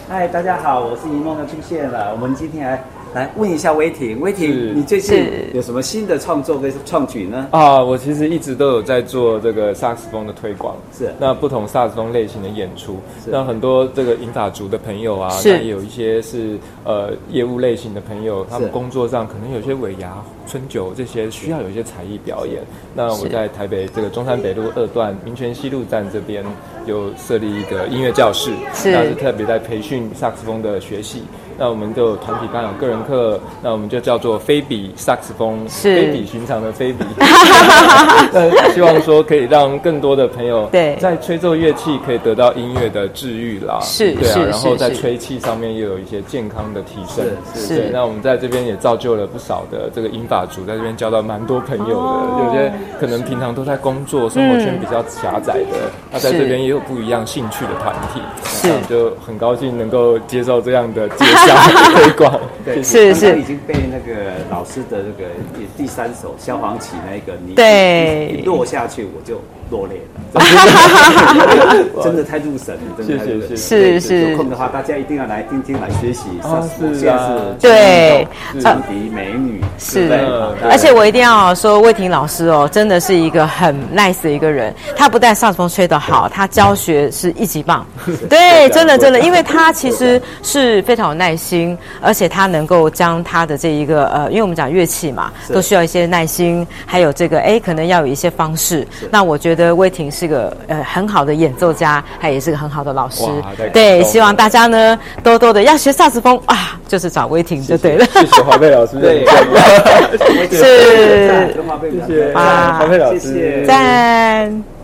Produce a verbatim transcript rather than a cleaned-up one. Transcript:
嗨，大家好，我是一梦又出现了。我们今天来来问一下威霆，威霆，你最近有什么新的创作跟创举呢？ 啊，我其实一直都有在做这个萨克斯风的推广， 是那不同萨克斯风类型的演出，那很多这个银发族的朋友啊，那也有一些是呃业务类型的朋友，他们工作上可能有些尾牙、春酒这些需要有一些才艺表演。那我在台北这个中山北路二段民权西路站这边有设立一个音乐教室，那是特别在培训萨克斯风的学习。那我们就有团体班有个人课，那我们就叫做非比萨克斯风，非比寻常的非比。那希望说可以让更多的朋友在吹奏乐器可以得到音乐的治愈啦， 是， 对啊，然后在吹气上面又有一些健康的提升， 是， 对。那我们在这边也造就了不少的这个银发族，在这边交到蛮多朋友的，哦、有些可能平常都在工作，生活圈比较狭窄的，那、嗯、在这边也有不一样兴趣的团体，是，就很高兴能够接受这样的介绍推广。 对， 是是， 刚已经被那个老师的那个第三首萧煌奇那个你对一落下去我就落泪了，真的太入神了，真的太入神。 是是， 有空的话大家一定要来听听来学习。 啊，是啊， 对， 长笛美女是的，而且我一定要说魏霆老师哦，真的是一个很 nice 的一个人。他不但萨克斯风吹得好，他教学是一级棒。对，真的真的，因为他其实是非常有耐心，而且他能够将他的这一个呃，因为我们讲乐器嘛，都需要一些耐心，还有这个哎，可能要有一些方式。那我觉得魏霆是个呃很好的演奏家，他也是个很好的老师。对，希望大家呢多多的要学萨克斯风啊，就是找魏霆就对了。 谢谢华佩老师， 对， 是， 谢谢华佩老师， 赞。